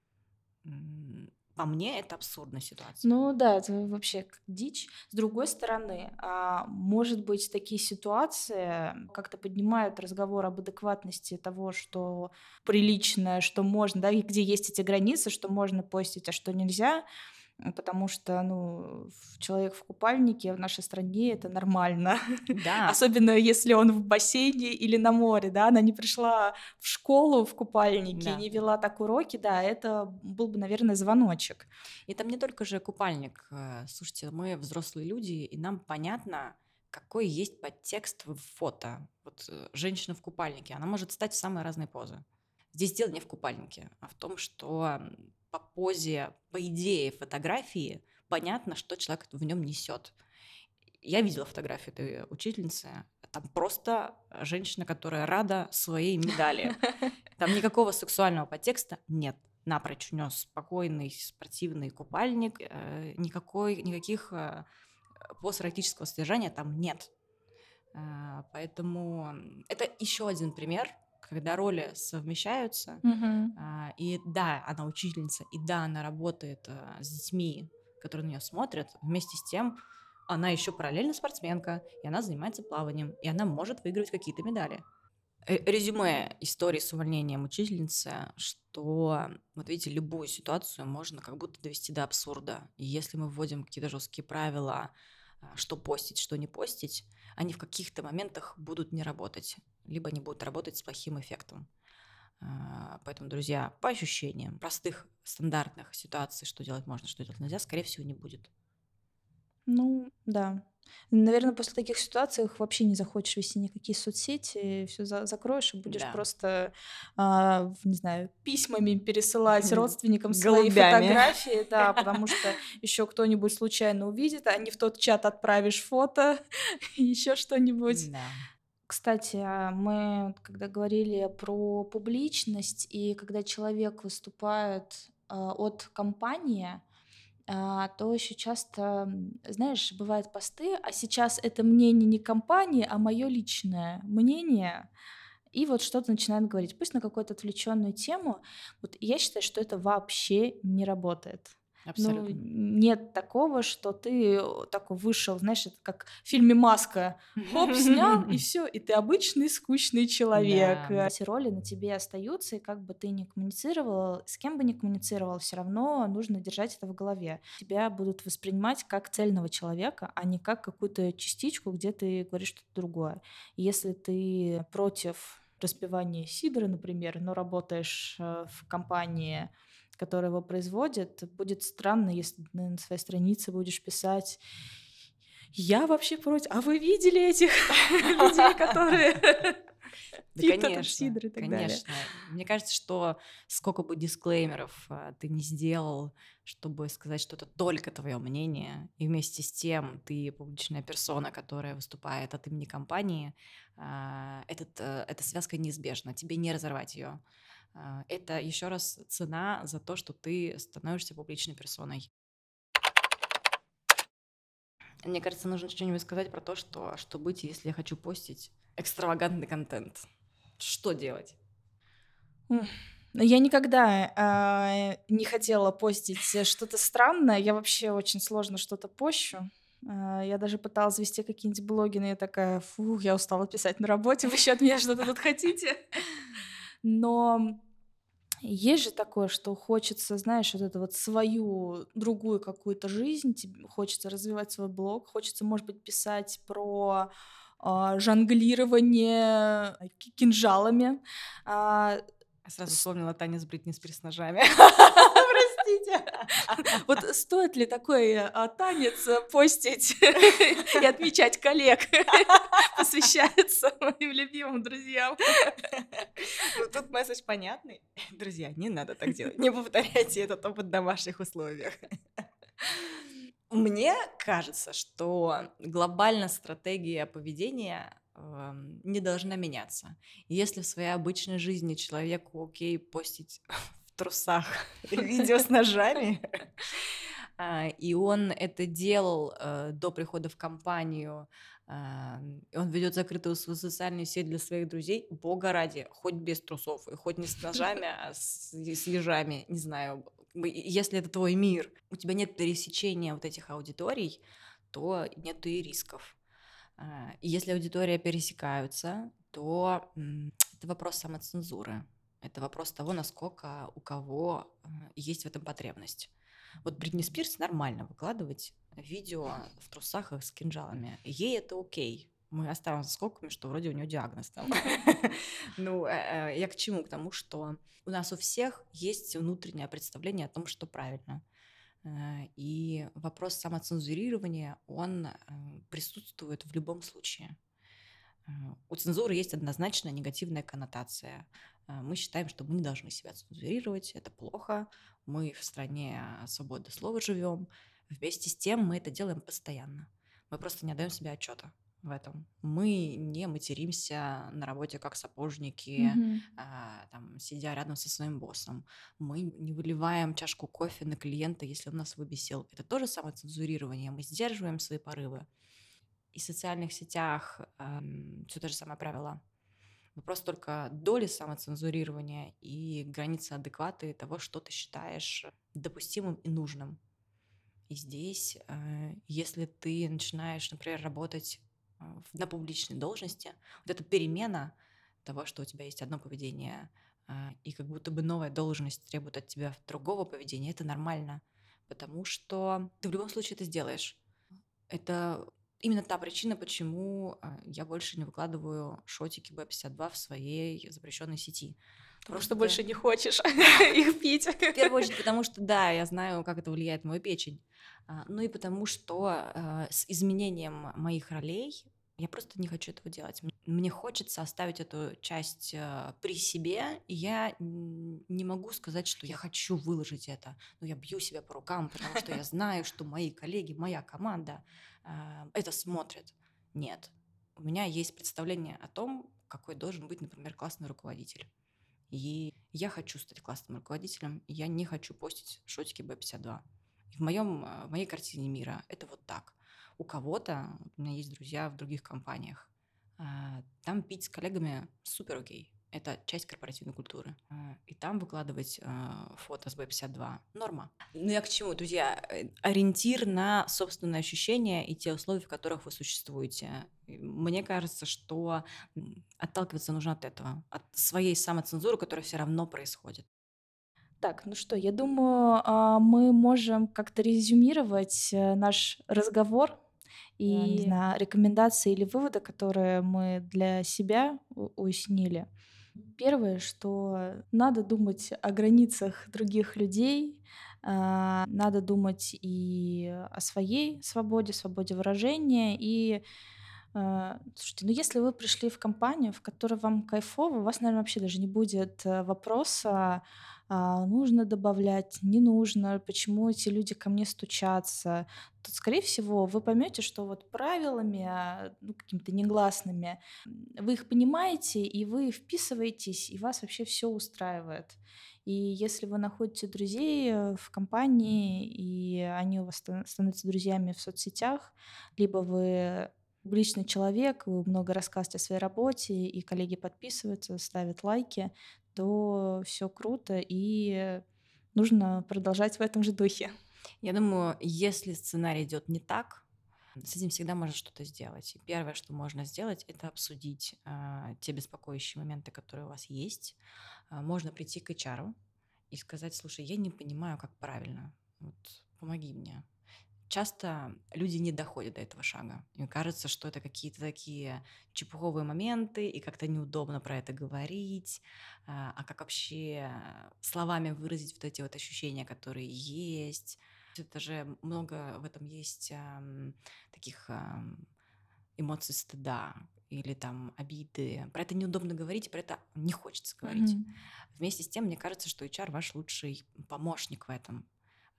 по мне это абсурдная ситуация. Ну да, это вообще как дичь. С другой стороны, может быть, такие ситуации как-то поднимают разговор об адекватности того, что прилично, что можно, да, и где есть эти границы, что можно постить, а что нельзя. Потому что, ну, человек в купальнике в нашей стране — это нормально. Да, Особенно если он в бассейне или на море, да. Она не пришла в школу в купальнике и да. не вела так уроки, да, это был бы, наверное, звоночек. И там не только же купальник. Слушайте, мы взрослые люди, и нам понятно, какой есть подтекст в фото. Вот женщина в купальнике, она может стать в самые разные позы. Здесь дело не в купальнике, а в том, что по позе, по идее фотографии понятно, что человек в нем несет. Я видела фотографию этой учительницы. Там просто женщина, которая рада своей медали. Там никакого сексуального подтекста нет. Напрочь у нее спокойный спортивный купальник, никаких постэротического содержания там нет. Поэтому это еще один пример, когда роли совмещаются. Мгм. И да, она учительница, и да, она работает с детьми, которые на нее смотрят. Вместе с тем она еще параллельно спортсменка, и она занимается плаванием, и она может выигрывать какие-то медали. Резюме истории с увольнением учительницы, что, вот видите, любую ситуацию можно как будто довести до абсурда. И если мы вводим какие-то жесткие правила, что постить, что не постить, они в каких-то моментах будут не работать, либо они будут работать с плохим эффектом. Поэтому, друзья, по ощущениям, простых, стандартных ситуаций, что делать можно, что делать нельзя, скорее всего, не будет. Ну да. Наверное, после таких ситуаций вообще не захочешь вести никакие соцсети, все закроешь и будешь Да. просто, не знаю, письмами пересылать родственникам свои Голубями. фотографии, да, потому что еще кто-нибудь случайно увидит, а не в тот чат отправишь фото, еще что-нибудь. Да. Кстати, мы вот когда говорили про публичность и когда человек выступает, от компании, то еще часто, знаешь, бывают посты, а сейчас это мнение не компании, а мое личное мнение. И вот что-то начинают говорить, пусть на какую-то отвлеченную тему. Вот я считаю, что это вообще не работает. Ну, Абсолютно. нет такого, что ты такой вышел, знаешь, это как в фильме «Маска». Хоп, снял, и все, и ты обычный скучный человек. Да, да. Эти роли на тебе остаются, и как бы ты ни коммуницировал, с кем бы ни коммуницировал, все равно нужно держать это в голове. Тебя будут воспринимать как цельного человека, а не как какую-то частичку, где ты говоришь что-то другое. И если ты против распивания сидра, например, но работаешь в компании, которая его производит, будет странно, если ты на своей странице будешь писать: «Я вообще против, а вы видели этих людей, которые Да, пьют этот конечно, сидр?» и так далее. конечно. Мне кажется, что сколько бы дисклеймеров ты не сделал, чтобы сказать, что это только твое мнение, и вместе с тем ты публичная персона, которая выступает от имени компании, эта связка неизбежна, тебе не разорвать ее. Это еще раз цена за то, что ты становишься публичной персоной. Мне кажется, нужно что-нибудь сказать про то, что быть, если я хочу постить экстравагантный контент. Что делать? М, Я никогда не хотела постить что-то странное. Я вообще очень сложно что-то пощу. Я даже пыталась вести какие-нибудь блоги, но я такая: фух, я устала писать на работе, вы еще от меня что-то тут хотите? Но есть же такое, что хочется, знаешь, вот это вот свою другую какую-то жизнь, хочется развивать свой блог, хочется, может быть, писать про жонглирование кинжалами. А, Я сразу с вспомнила танец Бритни Спирс с ножами. Простите. Вот стоит ли такой, танец, постить и отмечать коллег? Посвящается моим любимым друзьям. Ну, тут месседж понятный. Друзья, не надо так делать. Не повторяйте этот опыт в домашних условиях. Мне кажется, что глобально стратегия поведения не должна меняться. Если в своей обычной жизни человеку окей постить в трусах видео с ножами, и он это делал до прихода в компанию, и он ведет закрытую свою социальную сеть для своих друзей, бога ради, хоть без трусов, и хоть не с ножами, а с ежами, не знаю, если это твой мир, у тебя нет пересечения вот этих аудиторий, то нет и рисков. И если аудитория пересекаются, то это вопрос самоцензуры. Это вопрос того, насколько у кого есть в этом потребность. Вот Бритни Спирс нормально выкладывать видео в трусах и с кинжалами. Ей это окей. Мы оставим за скобками, что вроде у нее диагноз там. Ну, я к чему? К тому, что у нас у всех есть внутреннее представление о том, что правильно. И вопрос самоцензурирования, он присутствует в любом случае. У цензуры есть однозначно негативная коннотация. Мы считаем, что мы не должны себя цензурировать, это плохо, мы в стране свободы слова живем. Вместе с тем мы это делаем постоянно. Мы просто не отдаем себе отчета в этом. Мы не материмся на работе как сапожники, Мгм. там, сидя рядом со своим боссом. Мы не выливаем чашку кофе на клиента, если он нас выбесил. Это тоже самоцензурирование. Мы сдерживаем свои порывы. И в социальных сетях все то же самое правило. Вопрос только доли самоцензурирования и границы адекваты того, что ты считаешь допустимым и нужным. И здесь, если ты начинаешь, например, работать на публичной должности, вот эта перемена того, что у тебя есть одно поведение, и как будто бы новая должность требует от тебя другого поведения, это нормально, потому что ты в любом случае это сделаешь. Это именно та причина, почему я больше не выкладываю шотики B52 в своей запрещенной сети. Потому что Просто больше не хочешь их пить. в первую очередь потому, что да, я знаю, как это влияет на мою печень. Ну и потому, что с изменением моих ролей я просто не хочу этого делать. Мне хочется оставить эту часть при себе, и я не могу сказать, что я хочу выложить это. Но я бью себя по рукам, потому что я знаю, что мои коллеги, моя команда это смотрят. Нет. У меня есть представление о том, какой должен быть, например, классный руководитель. И я хочу стать классным руководителем, и я не хочу постить шотики B52. И в моей картине мира это вот так. У кого-то, у меня есть друзья в других компаниях, там пить с коллегами супер окей. Это часть корпоративной культуры. И там выкладывать фото с B52 норма. Ну я к чему, друзья? Ориентир на собственные ощущения и те условия, в которых вы существуете. И мне кажется, что отталкиваться нужно от этого, от своей самоцензуры, которая все равно происходит. Так, ну что, я думаю, мы можем как-то резюмировать, наш разговор не И знаю, рекомендации или выводы, которые мы для себя уяснили. Первое, что надо думать о границах других людей, надо думать и о своей свободе, свободе выражения. И, слушайте, ну если вы пришли в компанию, в которой вам кайфово, у вас, наверное, вообще даже не будет вопроса, нужно добавлять, не нужно, почему эти люди ко мне стучатся. Тут, скорее всего, вы поймете, что вот правилами, ну, какими-то негласными, вы их понимаете, и вы вписываетесь, и вас вообще все устраивает. И если вы находите друзей в компании, и они у вас становятся друзьями в соцсетях, либо вы публичный человек, вы много рассказываете о своей работе, и коллеги подписываются, ставят лайки, то все круто, и нужно продолжать в этом же духе. я думаю, если сценарий идет не так, с этим всегда можно что-то сделать. И первое, что можно сделать, это обсудить те беспокоящие моменты, которые у вас есть. Можно прийти к HR и сказать: слушай, я не понимаю, как правильно. Вот, помоги мне. часто люди не доходят до этого шага. Им кажется, что это какие-то такие чепуховые моменты, и как-то неудобно про это говорить, а как вообще словами выразить вот эти вот ощущения, которые есть. Это же много в этом есть таких эмоций стыда или там обиды. Про это неудобно говорить, и про это не хочется говорить. Мгм. Вместе с тем, мне кажется, что HR ваш лучший помощник в этом.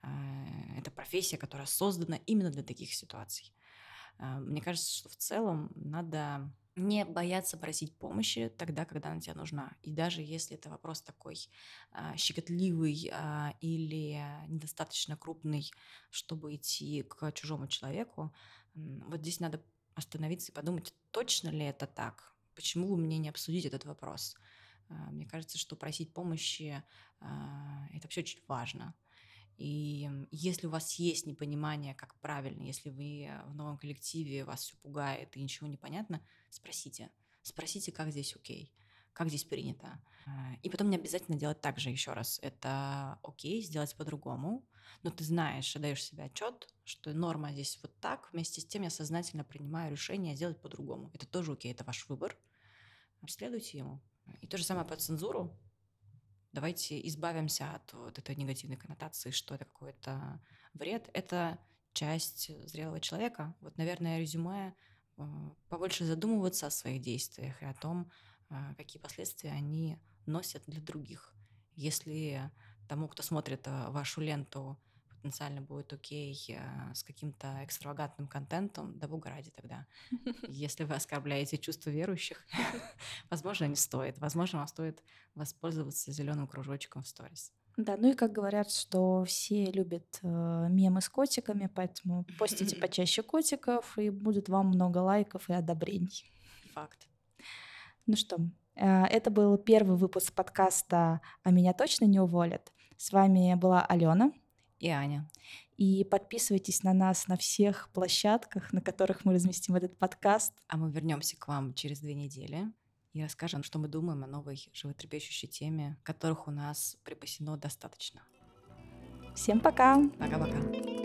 Это профессия, которая создана именно для таких ситуаций. Мне кажется, что в целом надо не бояться просить помощи тогда, когда она тебе нужна. И даже если это вопрос такой щекотливый или недостаточно крупный, чтобы идти к чужому человеку, вот здесь надо остановиться и подумать, точно ли это так? Почему бы мне не обсудить этот вопрос? Мне кажется, что просить помощи это вообще очень важно. И если у вас есть непонимание, как правильно, если вы в новом коллективе, вас все пугает и ничего не понятно, спросите. Спросите, как здесь окей, как здесь принято. И потом не обязательно делать так же еще раз. Это окей, сделать по-другому, но ты знаешь и даешь себе отчет, что норма здесь вот так, вместе с тем я сознательно принимаю решение сделать по-другому. Это тоже окей, это ваш выбор. Следуйте ему. И то же самое по цензуру. Давайте избавимся от вот этой негативной коннотации, что это какой-то вред. Это часть зрелого человека. Вот, наверное, резюме побольше задумываться о своих действиях и о том, какие последствия они носят для других. Если тому, кто смотрит вашу ленту, потенциально будет окей с каким-то экстравагантным контентом, да бога ради тогда. Если вы оскорбляете чувства верующих, возможно, не стоит. Возможно, вам стоит воспользоваться зеленым кружочком в сторис. Да, ну и как говорят, что все любят мемы с котиками, поэтому постите почаще котиков, и будет вам много лайков и одобрений. Факт. Ну что, это был первый выпуск подкаста «А меня точно не уволят». С вами была Алена. И Аня. И подписывайтесь на нас на всех площадках, на которых мы разместим этот подкаст. А мы вернемся к вам через 2 недели и расскажем, что мы думаем о новой животрепещущей теме, которых у нас припасено достаточно. Всем пока! Пока-пока.